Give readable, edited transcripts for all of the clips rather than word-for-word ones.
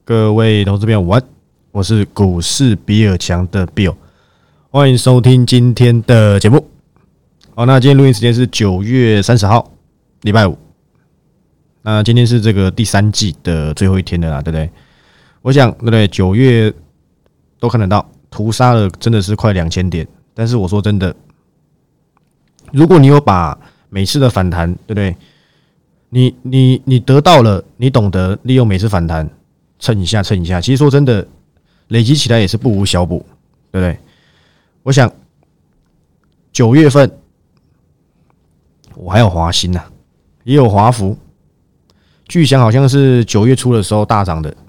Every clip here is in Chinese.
各位投资朋友午安，我是股市比尔强的 Bill， 欢迎收听今天的节目。好，那今天录音时间是9月30号，礼拜五。那今天是这个第三季的最后一天了啦，对不对？我想，对不对？9月都看得到，屠杀了真的是快2000点。但是我说真的，如果你有把每次的反弹，对不对？你得到了，你懂得利用每次反弹蹭一下。其实说真的，累积起来也是不无小补，对不对？我想9月份我还有华兴啊，也有华孚，巨翔好像是9月初的时候大涨的。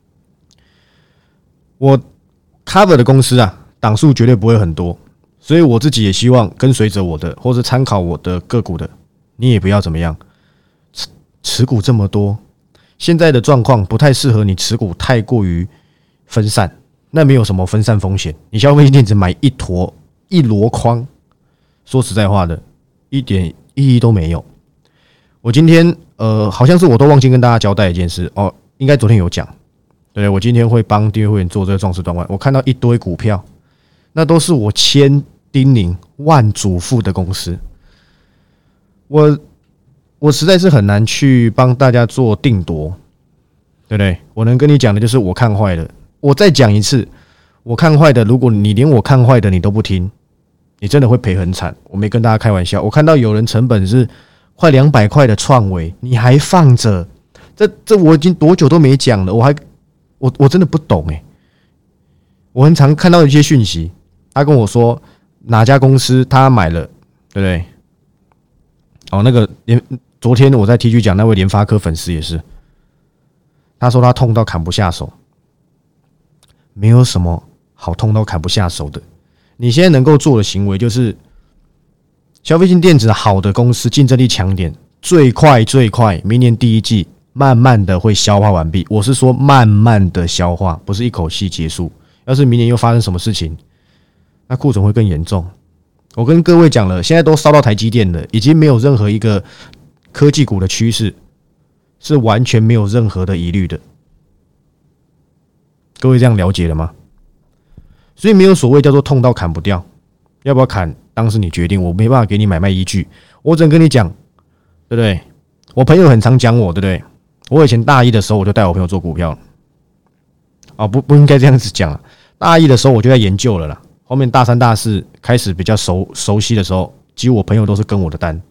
我 cover 的公司啊，档数绝对不会很多，所以我自己也希望跟随着我的，或是参考我的个股的，你也不要怎么样。持股这么多，现在的状况不太适合你持股太过于分散，那没有什么分散风险。你消费性电子买一箩筐，说实在话的，一点意义都没有。我今天好像是我都忘记跟大家交代一件事哦，应该昨天有讲，对，我今天会帮订阅会员做这个壮士断腕。我看到一堆股票，那都是我千叮咛万嘱咐的公司，我实在是很难去帮大家做定夺，对不对？我能跟你讲的就是我看坏的，我再讲一次，我看坏的，如果你连我看坏的你都不听，你真的会赔很惨。我没跟大家开玩笑，我看到有人成本是快200块的创维，你还放着，这我已经多久都没讲了，我真的不懂欸。我很常看到一些讯息，他跟我说哪家公司他买了，对不对？哦，那个昨天我在 TG 讲那位联发科粉丝也是，他说他痛到砍不下手，没有什么好痛到砍不下手的。你现在能够做的行为就是消费性电子好的公司竞争力强点，最快明年第一季慢慢的会消化完毕。我是说慢慢的消化，不是一口气结束。要是明年又发生什么事情，那库存会更严重。我跟各位讲了，现在都烧到台积电了，已经没有任何一个科技股的趋势是完全没有任何的疑虑的。各位这样了解了吗？所以没有所谓叫做痛到砍不掉，要不要砍当是你决定，我没办法给你买卖依据，我只能跟你讲，对不对？我朋友很常讲我，对不对？我以前大一的时候我就带我朋友做股票了，不应该这样子讲了。大一的时候我就在研究了啦。后面大3、大4开始比较熟悉的时候，几乎我朋友都是跟我的单。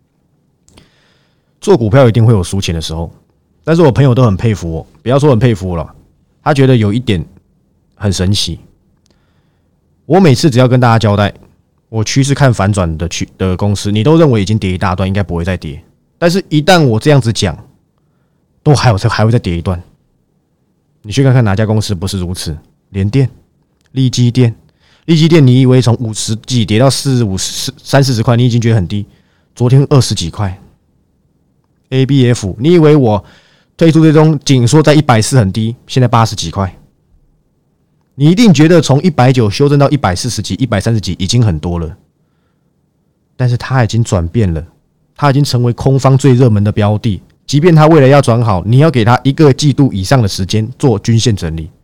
做股票一定会有输钱的时候，但是我朋友都很佩服我，不要说很佩服我了，他觉得有一点很神奇。我每次只要跟大家交代，我趋势看反转的公司，你都认为已经跌一大段，应该不会再跌。但是一旦我这样子讲，都还会再跌一段。你去看看哪家公司不是如此？联电、力积电。力积电，你以为从50几跌到30-40块，你已经觉得很低，昨天20几块。ABF， 你以为我推出这种紧缩在140很低，现在80几块，你一定觉得从190修正到140几、130几已经很多了，但是它已经转变了，它已经成为空方最热门的标的。即便它未来要转好，你要给它1个季度以上的时间做均线整理。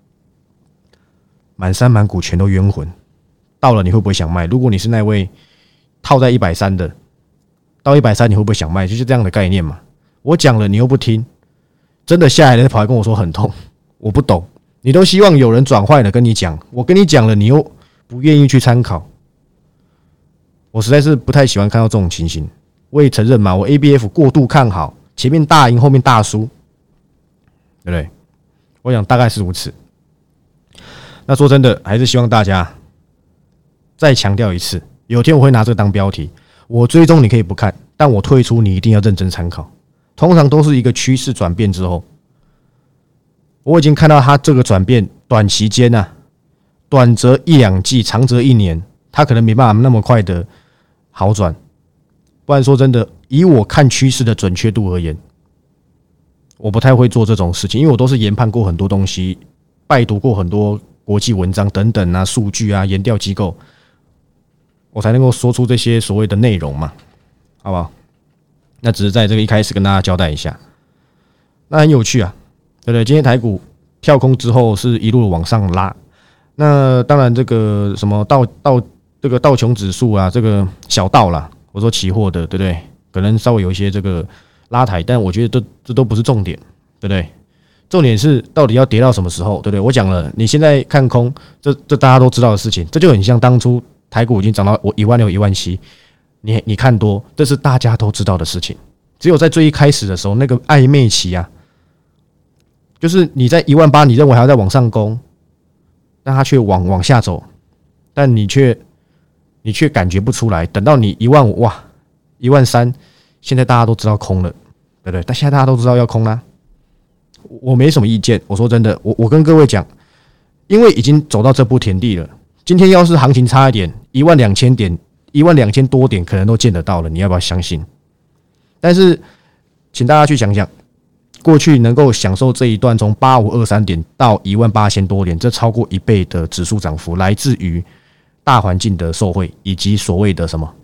满山满谷全都冤魂，到了你会不会想卖？如果你是那位套在130的，到130你会不会想卖？就是这样的概念嘛。我讲了你又不听，真的下来了跑来跟我说很痛，我不懂。你都希望有人转坏了跟你讲，我跟你讲了，你又不愿意去参考，我实在是不太喜欢看到这种情形。我也承认嘛，我 ABF 过度看好，前面大赢后面大输，对不对？我想大概是如此。那说真的，还是希望大家再强调一次，有天我会拿这个当标题，我追踪你可以不看，但我退出你一定要认真参考。通常都是一个趋势转变之后，我已经看到它这个转变短期间啊，短则1-2季，长则1年，它可能没办法那么快的好转。不然说真的，以我看趋势的准确度而言，我不太会做这种事情，因为我都是研判过很多东西，拜读过很多国际文章等等啊，数据啊，研调机构，我才能够说出这些所谓的内容嘛，好不好？那只是在这个一开始跟大家交代一下。那很有趣啊， 对不对？今天台股跳空之后是一路往上拉，那当然这个什么这个道琼指数啊，这个小道啦，我说期货的，对不对？可能稍微有一些这个拉抬，但我觉得这都不是重点，对不对？重点是到底要跌到什么时候，对不对？我讲了，你现在看空，这大家都知道的事情，这就很像当初台股已经涨到16000、17000，你看多，这是大家都知道的事情。只有在最一开始的时候，那个暧昧期啊，就是你在18000，你认为还要再往上攻，但它却往下走，但你却感觉不出来。等到你15000，哇，13000，现在大家都知道空了，对不对？但现在大家都知道要空啦。我没什么意见，我说真的，我跟各位讲，因为已经走到这步田地了。今天要是行情差一点，12000点、12000多点，可能都见得到了。你要不要相信？但是，请大家去想想，过去能够享受这一段从8523点到18000多点，这超过1倍的指数涨幅，来自于大环境的受惠，以及所谓的什么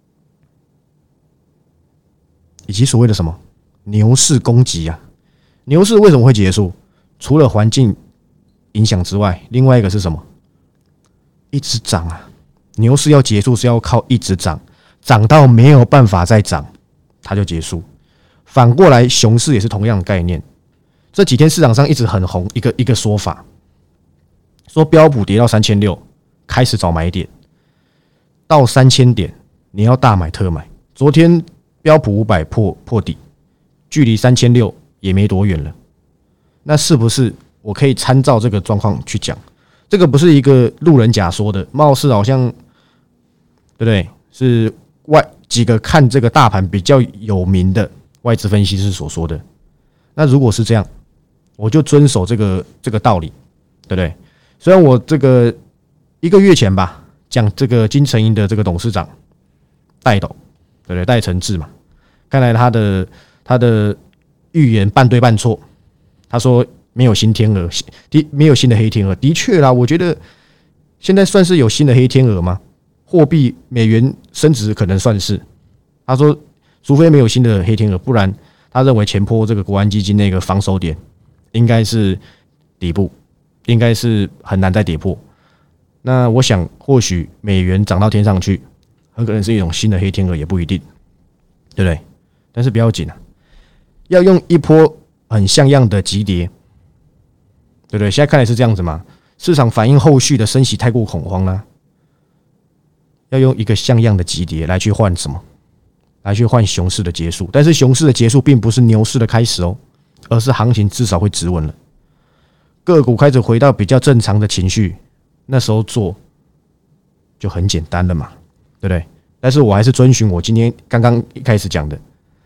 牛市攻击啊！牛市为什么会结束？除了环境影响之外，另外一个是什么？一直涨啊！牛市要结束是要靠一直涨，涨到没有办法再涨，它就结束。反过来，熊市也是同样的概念。这几天市场上一直很红一个说法，说标普跌到3600，开始找买点，到3000点你要大买特买。昨天标普500破底，距离3600也没多远了。那是不是我可以参照这个状况去讲？这个不是一个路人甲说的，貌似好像对不对？是几个看这个大盘比较有名的外资分析师所说的。那如果是这样，我就遵守这个道理，对不对？虽然我这个1个月前吧，讲这个金城银的这个董事长戴董，对不对？戴承志嘛，看来他的预言半对半错。他说没有新天鹅，没有新的黑天鹅。的确啦，我觉得现在算是有新的黑天鹅吗？货币美元升值可能算是。他说，除非没有新的黑天鹅，不然他认为前波这个国安基金那个防守点应该是底部，应该是很难再跌破。那我想，或许美元涨到天上去，很可能是一种新的黑天鹅，也不一定，对不对？但是不要紧啊，要用一波很像样的急跌，对不对？现在看来是这样子嘛？市场反映后续的升息太过恐慌啦，要用一个像样的急跌来去换什么？来去换熊市的结束。但是熊市的结束并不是牛市的开始哦，而是行情至少会止稳了，个股开始回到比较正常的情绪，那时候做就很简单了嘛，对不对？但是我还是遵循我今天刚刚一开始讲的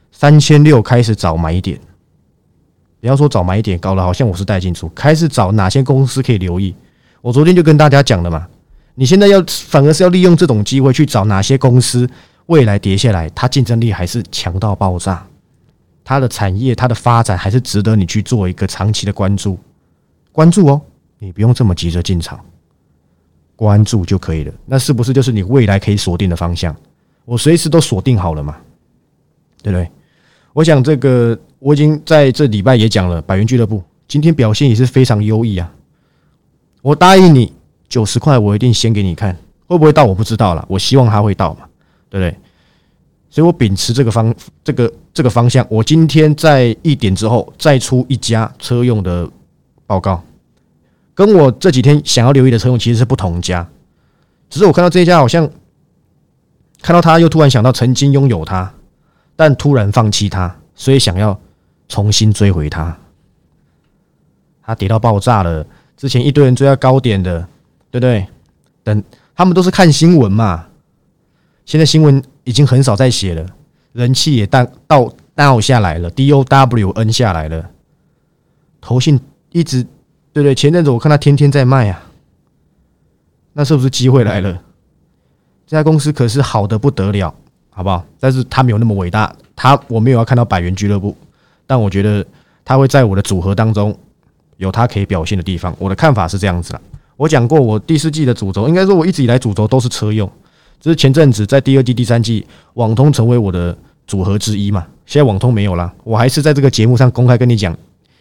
，3600开始找买点。不要说找买点，搞得好像我是带进出，开始找哪些公司可以留意。我昨天就跟大家讲了嘛，你现在反而是要利用这种机会去找哪些公司未来跌下来，它竞争力还是强到爆炸，它的产业、它的发展还是值得你去做一个长期的关注哦。你不用这么急着进场，关注就可以了。那是不是就是你未来可以锁定的方向？我随时都锁定好了嘛，对不对？我想这个我已经在这礼拜也讲了，百元俱乐部今天表现也是非常优异啊。我答应你90块，我一定先给你看，会不会到我不知道啦，我希望它会到嘛，对不对？所以我秉持这个方向，我今天在1点之后再出一家车用的报告，跟我这几天想要留意的车用其实是不同家，只是我看到这一家好像看到它又突然想到曾经拥有它，但突然放弃它，所以想要重新追回它。它跌到爆炸了，之前一堆人追到高点的，对不对？等他们都是看新闻嘛，现在新闻已经很少在写了，人气也倒下来了 ，DOWN 下来了，投信一直对不对？前阵子我看他天天在卖啊，那是不是机会来了？这家公司可是好的不得了，好不好？但是他没有那么伟大，我没有要看到百元俱乐部，但我觉得他会在我的组合当中有他可以表现的地方。我的看法是这样子啦。我讲过，我第4季的主轴，应该说我一直以来主轴都是车用，只是前阵子在第2季、第3季，网通成为我的组合之一嘛。现在网通没有啦，我还是在这个节目上公开跟你讲，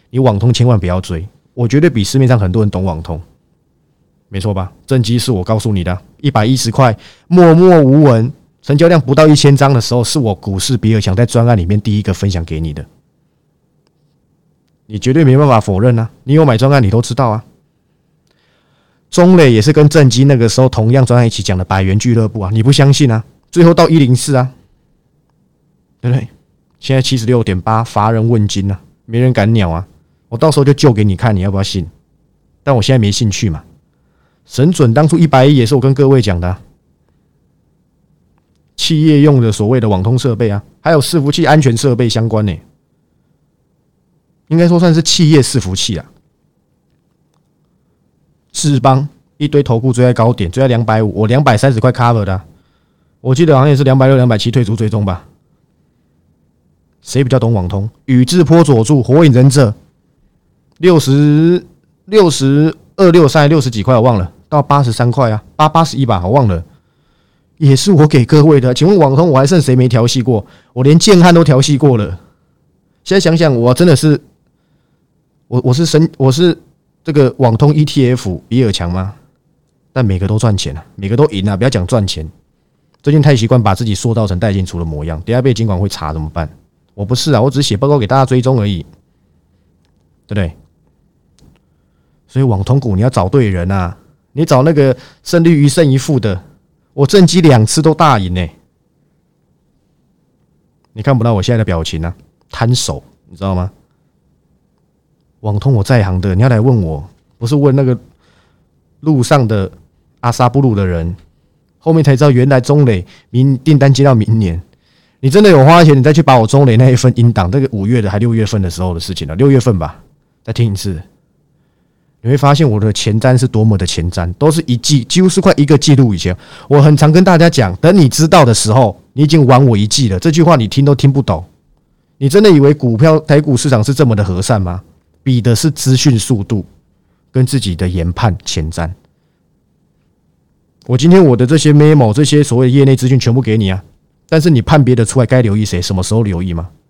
你网通千万不要追，我绝对比市面上很多人懂网通，没错吧？正机是我告诉你的，110块默默无闻，成交量不到1000张的时候，是我股市比尔强在专案里面第一个分享给你的，你绝对没办法否认啊！你有买专案，你都知道啊。中磊也是跟正机那个时候同样专案一起讲的百元俱乐部啊，你不相信啊？最后到104啊，对不对？现在76.8，乏人问津啊，没人敢鸟啊！我到时候就救给你看，你要不要信？但我现在没兴趣嘛。神准当初110也是我跟各位讲的啊，企业用的所谓的网通设备啊，还有伺服器安全设备相关呢，应该说算是企业伺服器啊。智邦一堆投顾追在高点，追在250，我230块 cover 的啊，我记得好像也是260、270退出追踪吧。谁比较懂网通？宇智波佐助、火影忍者，62、63、60几块我忘了，到83块啊，81吧，我忘了，也是我给各位的。请问网通我还剩谁没调戏过？我连建汉都调戏过了。现在想想，我真的是，我是这个网通 ETF 比尔强吗？但每个都赚钱啊，每个都赢啊！不要讲赚钱，最近太习惯把自己塑造成带进出的模样，等下被金管会查怎么办？我不是啊，我只是写报告给大家追踪而已，对不对？所以网通股你要找对人啊，你找那个胜率1胜1负的，我正机2次都大赢欸。你看不到我现在的表情啊，摊手，你知道吗？网通我在行的，你要来问我，不是问那个路上的阿萨布鲁的人，后面才知道原来中磊订单接到明年。你真的有花钱，你再去把我中磊那一份音档，这个5月的还6月份的时候的事情了，6月份吧，再听一次，你会发现我的前瞻是多么的前瞻，都是一季，几乎是快一个季度以前。我很常跟大家讲，等你知道的时候，你已经晚我一季了。这句话你听都听不懂。你真的以为台股市场是这么的和善吗？比的是资讯速度跟自己的研判前瞻。我今天我的这些 memo 这些所谓的业内资讯全部给你啊，但是你判别得出来该留意谁，什么时候留意吗？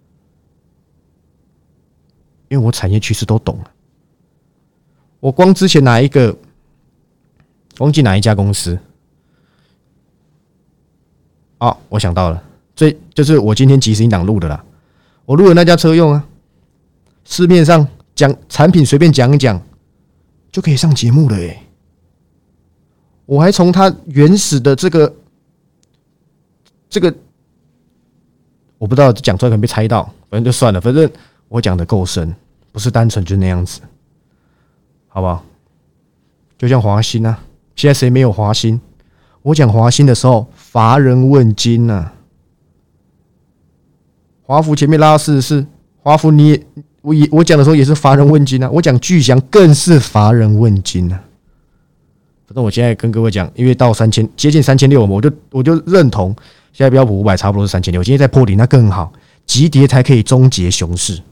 因为我产业趋势都懂了。我光之前忘记哪一家公司啊，我想到了，就是我今天即时音档录的啦。我录的那家车用啊，市面上讲产品随便讲一讲就可以上节目了耶。我还从它原始的这个，我不知道讲出来可能被猜到，反正就算了，反正我讲的够深，不是单纯就那样子，好不好？就像华兴啊，现在谁没有华兴？我讲华兴的时候，乏人问津啊。华孚前面拉到44，华孚我讲的时候也是乏人问津啊。我讲巨翔更是乏人问津啊。反正我现在跟各位讲，因为到3000接近3600，我就认同，现在标普500差不多是3600，今天再破底那更好，急跌才可以终结熊市，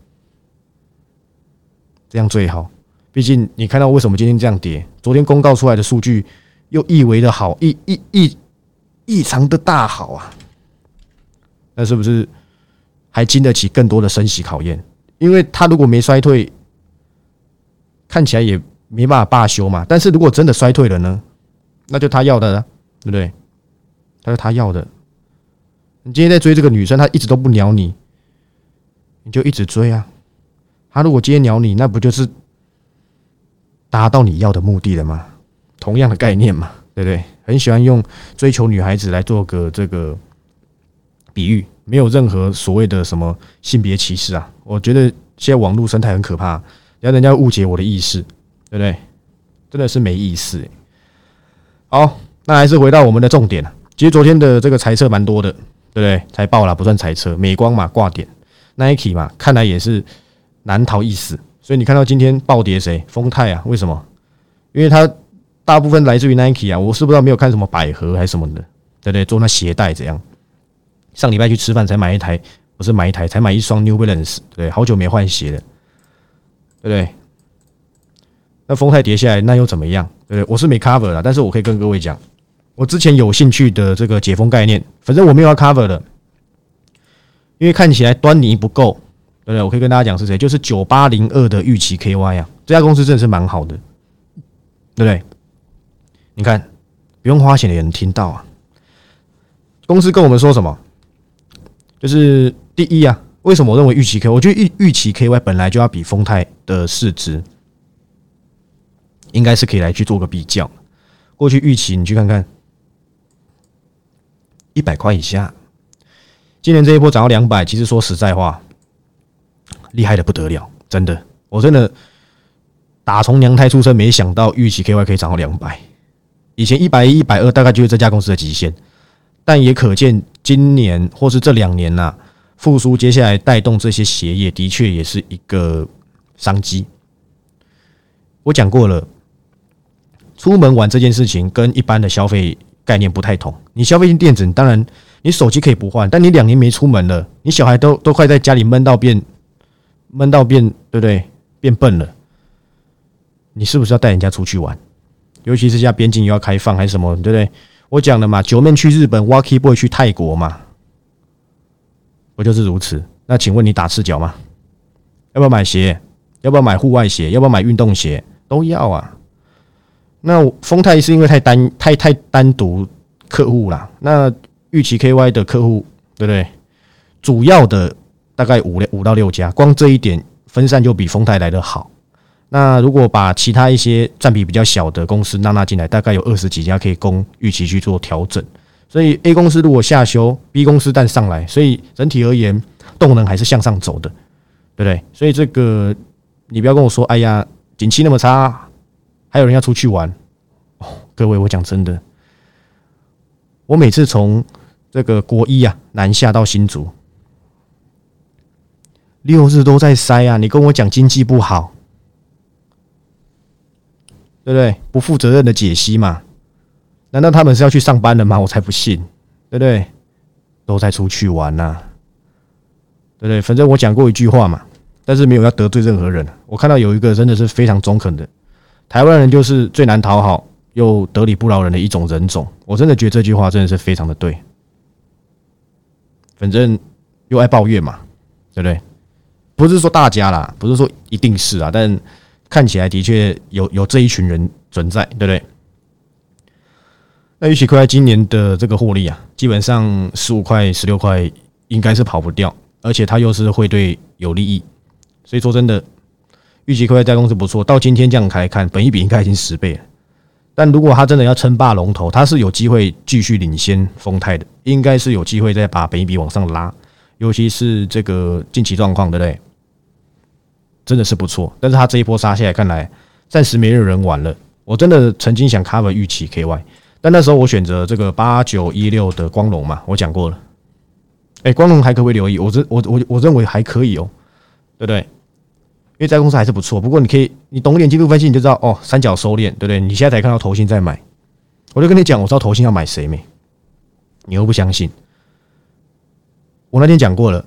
这样最好。毕竟你看到为什么今天这样跌？昨天公告出来的数据又异为的好，异常的大好啊！那是不是还经得起更多的升息考验？因为它如果没衰退，看起来也没办法罢休嘛。但是如果真的衰退了呢？那就他要的了，对不对？那就他要的。你今天在追这个女生，她一直都不鸟你，你就一直追啊。她如果今天鸟你，那不就是达到你要的目的了吗？同样的概念嘛，对不对？很喜欢用追求女孩子来做个这个比喻，没有任何所谓的什么性别歧视啊。我觉得现在网络生态很可怕，让人家误解我的意思，对不对？真的是没意思欸。好，那还是回到我们的重点。其实昨天的这个财测蛮多的，对不对？财报啦不算财测，美光嘛挂点 ，Nike 嘛看来也是难逃一死。所以你看到今天暴跌谁？丰泰啊？为什么？因为它大部分来自于 Nike 啊。我是不知道没有看什么百合还是什么的，对不对？做那鞋带怎样？上礼拜去吃饭才买一台，不是买一台，才买一双 New Balance， 对，好久没换鞋了，对不对？那丰泰跌下来，那又怎么样？对不对？我是没 cover 啦，但是我可以跟各位讲，我之前有兴趣的这个解封概念，反正我没有要 cover 的，因为看起来端倪不够，对对不对？我可以跟大家讲是谁，就是9802的预期 KY 啊，这家公司真的是蛮好的，对不对？你看，不用花钱的也能听到啊。公司跟我们说什么？就是第一啊，为什么我认为预期 KY？ 我觉得预期 KY 本来就要比丰泰的市值，应该是可以来去做个比较。过去预期你去看看，100块以下，今年这一波涨到200，其实说实在话，厉害的不得了，真的，我真的打从娘胎出生，没想到预期 KY 可以涨到200。以前110、120大概就是这家公司的极限，但也可见今年或是这2年呐，复苏接下来带动这些鞋业，的确也是一个商机。我讲过了，出门玩这件事情跟一般的消费概念不太同。你消费性电子，当然你手机可以不换，但你2年没出门了，你小孩都快在家里闷到变，对不对？变笨了，你是不是要带人家出去玩？尤其是现在边境又要开放还是什么，对不对？我讲了嘛，九妹去日本 ，Wacky Boy 去泰国嘛，不就是如此？那请问你打赤脚吗？要不要买鞋？要不要买户外鞋？要不要买运动鞋？都要啊。那丰泰是因为太单独客户啦，那预期 KY 的客户，对不对？主要的大概5到6家，光这一点分散就比丰泰来得好。那如果把其他一些占比比较小的公司纳进来，大概有20几家可以供预期去做调整。所以 A 公司如果下修 ，B 公司但上来，所以整体而言动能还是向上走的，对不对？所以这个你不要跟我说，哎呀，景气那么差，还有人要出去玩。各位，我讲真的，我每次从这个国一啊南下到新竹，6日都在塞啊！你跟我讲经济不好，对不对？不负责任的解析嘛？难道他们是要去上班的吗？我才不信，对不对？都在出去玩呐、对不对？反正我讲过一句话嘛，但是没有要得罪任何人。我看到有一个真的是非常中肯的，台湾人就是最难讨好又得理不饶人的一种人种。我真的觉得这句话真的是非常的对。反正又爱抱怨嘛，对不对？不是说大家啦，不是说一定是啊，但看起来的确有这一群人存在，对不对？那预期 KY 今年的这个获利啊，基本上15块、16块应该是跑不掉，而且它又是汇兑有利益，所以说真的，预期 KY 这家公司不错。到今天这样来看，本益比应该已经10倍了。但如果它真的要称霸龙头，它是有机会继续领先丰泰的，应该是有机会再把本益比往上拉，尤其是这个近期状况，对不对？真的是不错，但是它这一波杀下来，看来暂时没有人玩了。我真的曾经想 cover 预期 KY， 但那时候我选择这个8916的光荣嘛，我讲过了。光荣还可不可以留意？我认为还可以哦，对不对？因为这家公司还是不错，不过你懂一点技术分析，你就知道哦，三角收敛，对不对？你现在才看到投信在买，我就跟你讲，我知道投信要买谁没？你又不相信？我那天讲过了，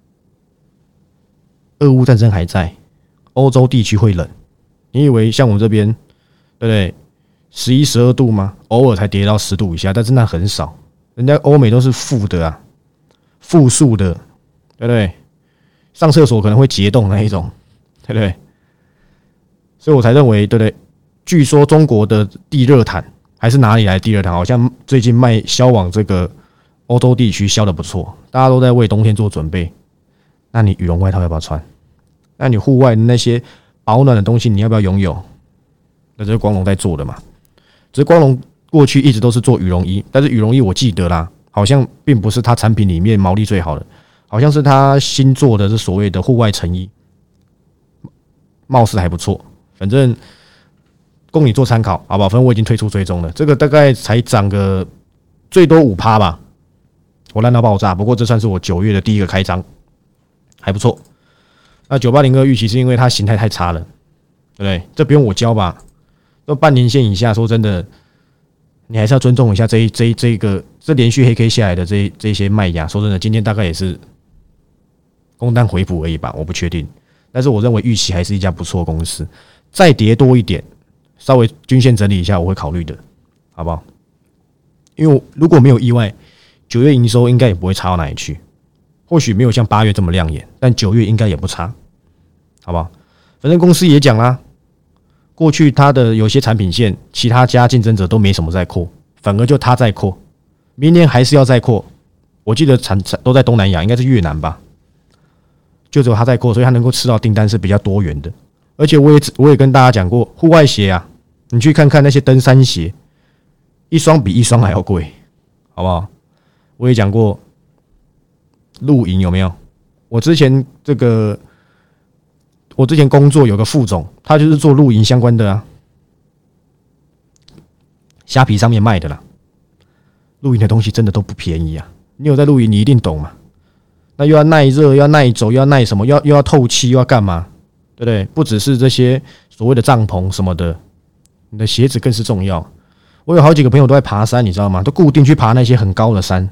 俄乌战争还在。欧洲地区会冷，你以为像我们这边，对不对？11、12度吗？偶尔才跌到10度以下，但是那很少。人家欧美都是负的啊，负数的，对不对？上厕所可能会结冻那一种，对不对？所以我才认为，对不对？据说中国的地热毯还是哪里来的地热毯，好像最近销往这个欧洲地区销的不错，大家都在为冬天做准备。那你羽绒外套要不要穿？那你户外的那些保暖的东西，你要不要拥有？那这是光荣在做的嘛？只是光荣过去一直都是做羽绒衣，但是羽绒衣我记得啦，好像并不是它产品里面毛利最好的，好像是它新做的是所谓的户外成衣，貌似还不错。反正供你做参考，好不好？反正我已经退出追踪了，这个大概才涨个最多5%吧，我烂到爆炸。不过这算是我9月的第一个开张，还不错。那9802预期是因为它形态太差了，对不对？这不用我教吧？都半年线以下，说真的，你还是要尊重一下这连续黑 K 下来的这些卖压。说真的，今天大概也是公单回补而已吧，我不确定。但是我认为预期还是一家不错的公司，再跌多一点，稍微均线整理一下，我会考虑的，好不好？因为如果没有意外，9月营收应该也不会差到哪里去。 或许没有像8月这么亮眼，但9月应该也不差，好不好？反正公司也讲啦，过去它的有些产品线，其他家竞争者都没什么在扩，反而就它在扩，明年还是要再扩。我记得产都在东南亚，应该是越南吧，就只有它在扩，所以它能够吃到订单是比较多元的。而且我也跟大家讲过，户外鞋啊，你去看看那些登山鞋，一双比一双还要贵，好不好？我也讲过露营有没有？我之前工作有个副总，他就是做露营相关的啊，虾皮上面卖的啦。露营的东西真的都不便宜啊！你有在露营，你一定懂嘛。那又要耐热，又要耐走，又要耐什么，又要透气，又要干嘛？对不对？不只是这些所谓的帐篷什么的，你的鞋子更是重要。我有好几个朋友都在爬山，你知道吗？都固定去爬那些很高的山，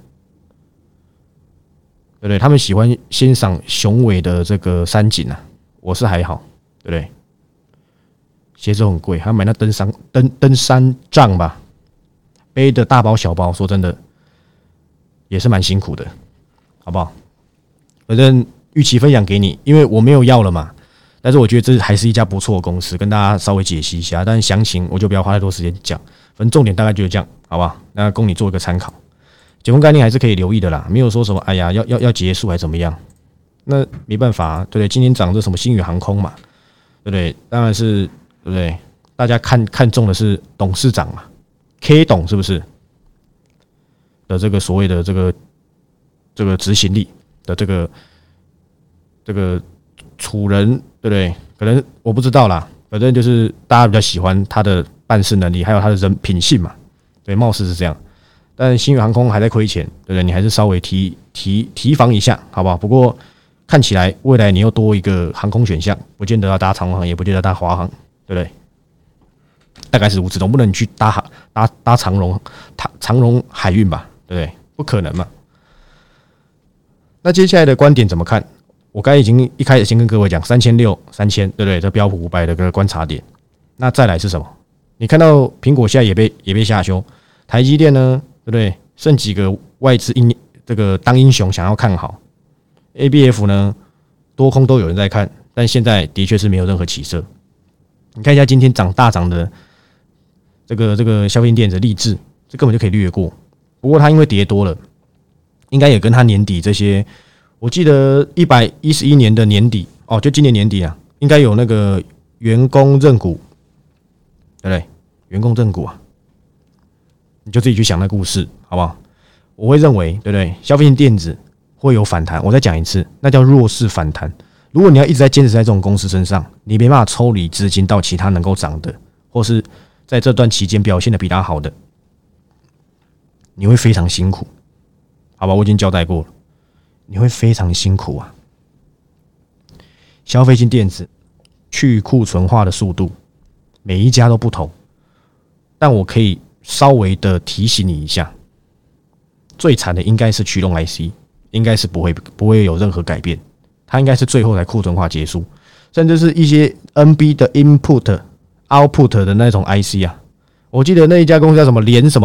对不对？他们喜欢欣赏雄伟的这个山景啊。我是还好，对不对？鞋子很贵，还要买那登山杖吧，背的大包小包，说真的也是蛮辛苦的，好不好？反正预期分享给你，因为我没有要了嘛。但是我觉得这还是一家不错的公司，跟大家稍微解析一下。但是详情我就不要花太多时间讲，反正重点大概就是这样，好不好？那供你做一个参考。解封概念还是可以留意的啦，没有说什么哎呀要结束还怎么样？那没办法啊，对不对？今天涨这什么星宇航空嘛，对不对？当然是对不对？大家看中的是董事长嘛 ，K 董是不是的这个所谓的这个执行力的这个处人，对不对？可能我不知道啦，反正就是大家比较喜欢他的办事能力，还有他的人品性嘛，对，貌似是这样。但星宇航空还在亏钱，对不对？你还是稍微提防一下，好不好？不过看起来未来你又多一个航空选项，不见得要搭长航，也不见得搭华航，对不对？大概是如此，总不能你去搭长荣海运吧，对不对？不可能嘛。那接下来的观点怎么看？我刚才已经一开始先跟各位讲3600、3000，对不对？这标普500的个观察点。那再来是什么？你看到苹果现在也被下修，台积电呢，对不对？剩几个外资这个当英雄想要看好 ，ABF 呢多空都有人在看，但现在的确是没有任何起色。你看一下今天大涨的这个消费电子励志，这根本就可以略过。不过它因为跌多了，应该也跟它年底这些，我记得111年的年底哦，就今年年底啊，应该有那个员工认股，对不对？员工认股啊，你就自己去想那故事，好不好？我会认为，对不对？消费性电子会有反弹，我再讲一次，那叫弱势反弹。如果你要一直在坚持在这种公司身上，你没办法抽离资金到其他能够涨的，或是在这段期间表现的比它好的，你会非常辛苦，好吧？我已经交代过了，你会非常辛苦啊。消费性电子去库存化的速度，每一家都不同，但我可以稍微的提醒你一下，最惨的应该是驱动 IC， 应该是不会有任何改变。它应该是最后才库存化结束，甚至是一些 NB 的 input、output 的那种 IC 啊。我记得那一家公司叫什么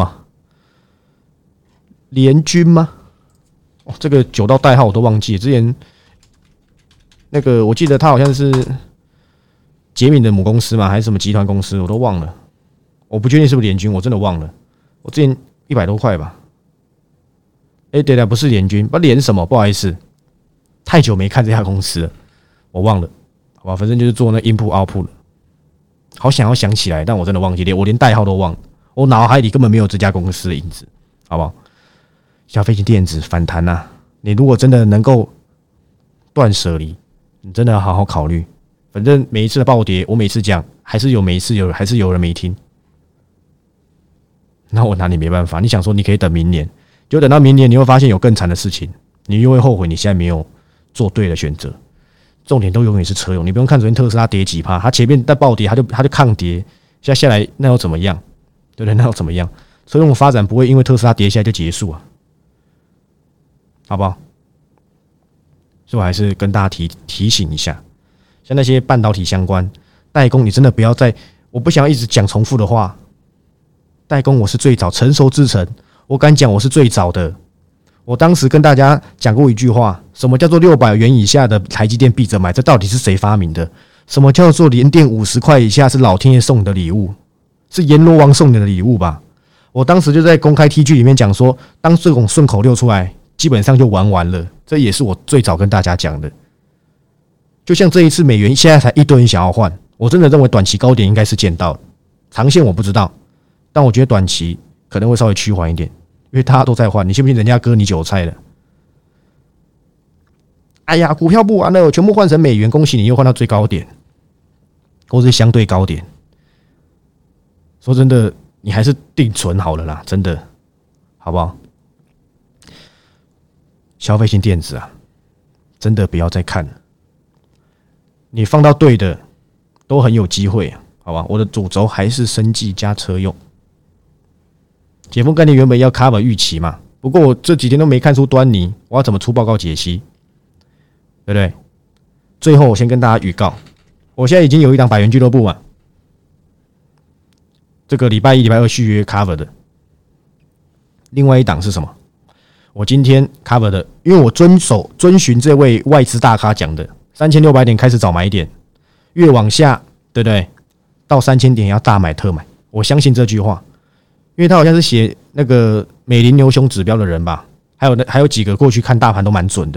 联军吗？哦，这个久到代号我都忘记了。之前那个我记得它好像是捷敏的母公司嘛，还是什么集团公司，我都忘了。我不确定是不是联军，我真的忘了。我之前100多块吧。对了，不是联军，不联什么？不好意思。太久没看这家公司了，我忘了，好吧，反正就是做那 input output 的，好想要想起来，但我真的忘记了，我连代号都忘了，我脑海里根本没有这家公司的影子，好不好？消费性电子反弹啊，你如果真的能够断舍离，你真的要好好考虑。反正每一次的暴跌，我每次讲，还是有人没听，那我拿你没办法。你想说你可以等明年，就等到明年，你会发现有更惨的事情，你又会后悔你现在没有做对的选择。重点都永远是车用，你不用看昨天特斯拉跌几趴，它前面在暴跌，它就抗跌，现在下来那又怎么样？对不对？那又怎么样？车用的发展不会因为特斯拉跌下来就结束啊，好不好？所以我还是跟大家提醒一下，像那些半导体相关代工，你真的不要再，我不想要一直讲重复的话。代工我是最早成熟制程，我敢讲我是最早的。 我当时跟大家讲过一句话，什么叫做600元以下的台积电闭着买？这到底是谁发明的？什么叫做联电50块以下是老天爷送你的礼物？是阎罗王送你的礼物吧？我当时就在公开 TG 里面讲说，当这种顺口溜出来，基本上就玩完了。这也是我最早跟大家讲的。就像这一次美元现在才一堆人想要换，我真的认为短期高点应该是见到了，长线我不知道，但我觉得短期可能会稍微趋缓一点，因为大家都在换，你信不信人家割你韭菜了？哎呀，股票不玩了，全部换成美元，恭喜你又换到最高点，或是相对高点。说真的，你还是定存好了啦，真的，好不好？消费性电子啊，真的不要再看了。你放到对的，都很有机会，好吧？我的主轴还是生技加车用。解封概念原本要 cover 预期嘛，不过我这几天都没看出端倪，我要怎么出报告解析？对不对？最后我先跟大家预告，我现在已经有一档百元俱乐部嘛。这个礼拜一、礼拜二续约 cover 的，另外一档是什么？我今天 cover 的，因为我遵循这位外资大咖讲的，3600点开始找买点，越往下，对不对？到3000点要大买特买，我相信这句话，因为他好像是写那个美林牛熊指标的人吧，还有几个过去看大盘都蛮准的，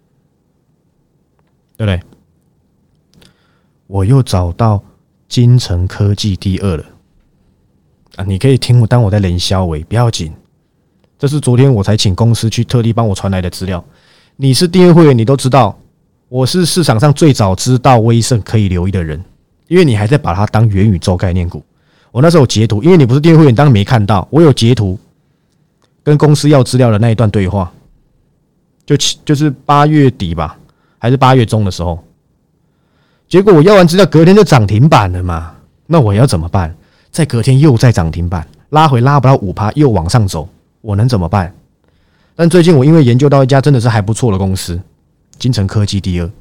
对不对？我又找到精诚科技第2了。啊，你可以听我当我在冷消微，不要紧。这是昨天我才请公司去特地帮我传来的资料。你是订阅会员，你都知道，我是市场上最早知道威盛可以留意的人，因为你还在把它当元宇宙概念股。我那时候有截图，因为你不是订阅会员，当然没看到。我有截图跟公司要资料的那一段对话，就是8月底吧，还是8月中的时候。结果我要完资料，隔天就涨停板了嘛。那我要怎么办？在隔天又在涨停板，拉回拉不到 5%， 又往上走，我能怎么办？但最近我因为研究到一家真的是还不错的公司，精诚科技第2。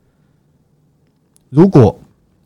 如果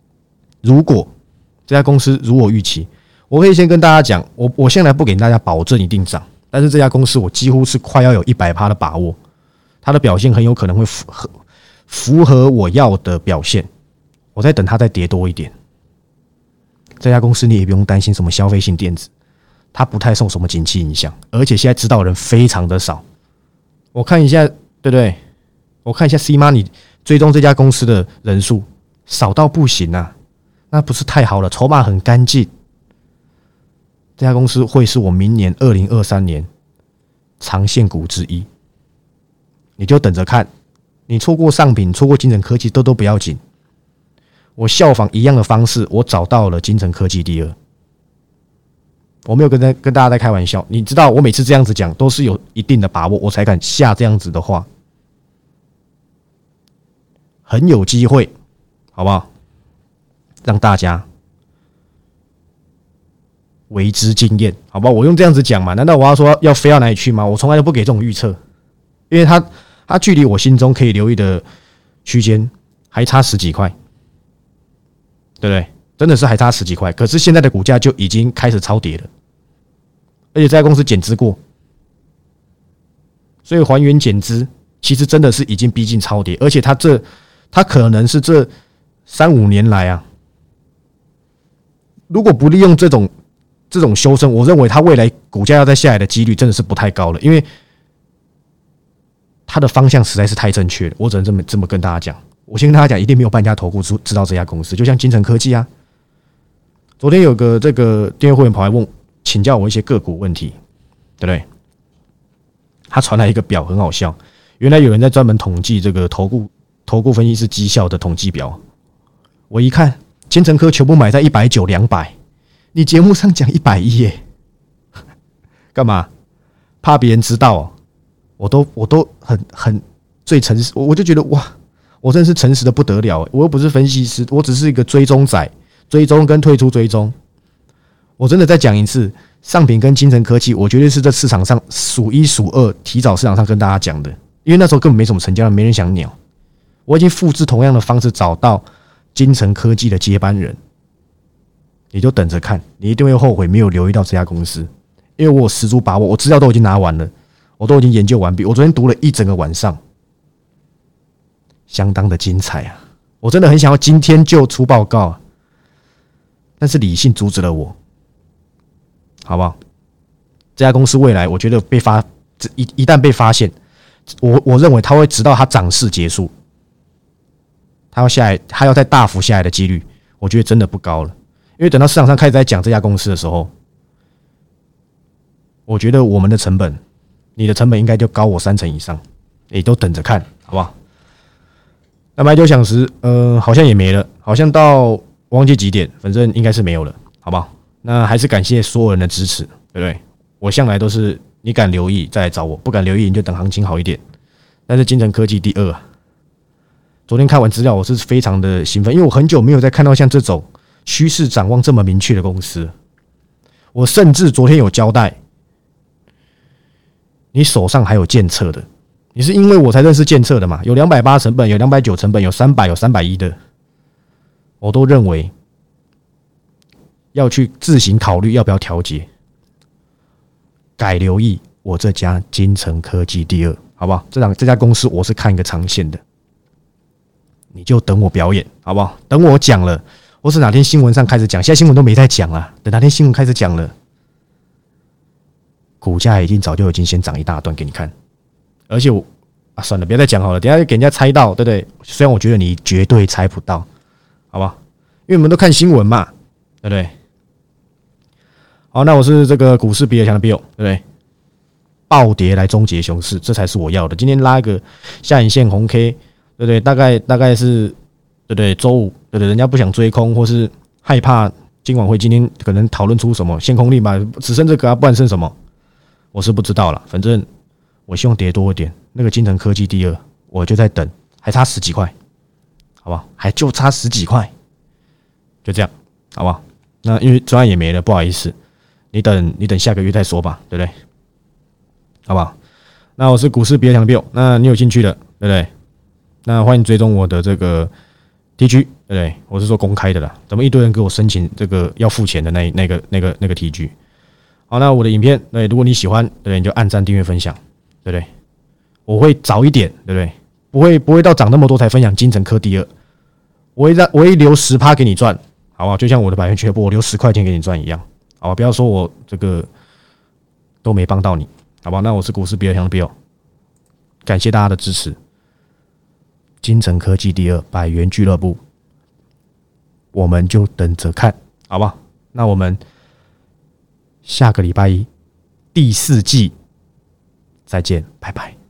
这家公司如我预期，我可以先跟大家讲，我现在不给大家保证一定涨，但是这家公司我几乎是快要有 100% 的把握，它的表现很有可能会符合我要的表现。我在等它再跌多一点。这家公司你也不用担心什么消费性电子，它不太受什么景气影响，而且现在知道的人非常的少。我看一下，对不对？我看一下 C Money 追踪这家公司的人数少到不行啊，那不是太好了，筹码很干净。这家公司会是我明年2023年长线股之一，你就等着看。你错过上品，错过精诚科技都不要紧。我效仿一样的方式，我找到了精诚科技第2。我没有跟大家在开玩笑，你知道我每次这样子讲都是有一定的把握，我才敢下这样子的话，很有机会，好不好？让大家为之惊艳，好不好？我用这样子讲嘛，难道我要说要飞到哪里去吗？我从来都不给这种预测，因为它距离我心中可以留意的区间还差10几块。对不对？真的是还差10几块，可是现在的股价就已经开始超跌了，而且这家公司减资过，所以还原减资，其实真的是已经逼近超跌，而且它可能是这3-5年来啊，如果不利用这种修正，我认为它未来股价要再下来的几率真的是不太高了，因为它的方向实在是太正确了，我只能这么跟大家讲。我先跟大家讲，一定没有半家投顾知道这家公司，就像精诚科技啊。昨天有个这个订阅会员跑来请教我一些个股问题，对不对？他传来一个表，很好笑。原来有人在专门统计这个投顾分析师绩效的统计表。我一看，精诚科全部买在190、200，你节目上讲110耶，干嘛？怕别人知道哦？我都很最诚实，我就觉得哇。我真的是诚实的不得了，我又不是分析师，我只是一个追踪仔，追踪跟退出追踪。我真的再讲一次，上品跟精诚科技，我绝对是这市场上数1数2，提早市场上跟大家讲的，因为那时候根本没什么成交量，没人想鸟。我已经复制同样的方式找到精诚科技的接班人，你就等着看，你一定会后悔没有留意到这家公司，因为我有十足把握，我资料都已经拿完了， 我都已经研究完毕。我昨天读了一整个晚上，相当的精彩啊！我真的很想要今天就出报告啊，但是理性阻止了我，好不好？这家公司未来，我觉得一旦被发现，我认为它会直到它涨势结束，它要再大幅下来的几率，我觉得真的不高了。因为等到市场上开始在讲这家公司的时候，我觉得我们的成本，你的成本应该就高我3成以上，也都等着看，好不好？那买酒享食，好像也没了，好像到忘记几点，反正应该是没有了，好不好？那还是感谢所有人的支持，对不对？我向来都是你敢留意再来找我，不敢留意你就等行情好一点。但是精诚科技第2啊，昨天看完资料我是非常的兴奋，因为我很久没有再看到像这种趋势展望这么明确的公司。我甚至昨天有交代，你手上还有建策的，你是因为我才认识建策的嘛？有280成本，有290成本，有300，有310的，我都认为要去自行考虑要不要调节，改留意我这家精诚科技第2，好不好？这家公司我是看一个长线的，你就等我表演，好不好？等我讲了，或是哪天新闻上开始讲，现在新闻都没在讲啊，等哪天新闻开始讲了，股价早就已经先涨一大段给你看，而且算了，不要再讲好了，等一下给人家猜到，对不对？虽然我觉得你绝对猜不到，好不好？因为我们都看新闻嘛，对不对？好，那我是这个股市比尔强的 Bill， 对不对？暴跌来终结熊市，这才是我要的。今天拉一个下影线红 K， 对不对？大概是对不对？周五，对不对？人家不想追空，或是害怕今晚会今天可能讨论出什么限空令吧？只剩这个啊，不然剩什么？我是不知道了。反正我希望跌多一点。那个精诚科技第2，我就在等，还差10几块，好不好？还就差10几块，就这样，好不好？那因为专案也没了，不好意思。你等下个月再说吧，对不对？好不好？那我是股市比尔强的 Bill， 那你有兴趣的，对不对？那欢迎追踪我的这个 TG， 对不对？我是说公开的啦，怎么一堆人给我申请这个要付钱的那个 TG？ 好，那我的影片，对，如果你喜欢，对不对？你就按赞、订阅、分享，对不对？我会早一点，对不对？不会到涨那么多才分享精诚科第2，我会留10%给你赚，好不好？就像我的百元俱乐部，我留10块钱给你赚一样。好，不要说我这个都没帮到你，好吧？那我是股市比尔强的 Bill， 感谢大家的支持。精诚科技第2百元俱乐部，我们就等着看，好不好？那我们下个礼拜1第4季再见，拜拜。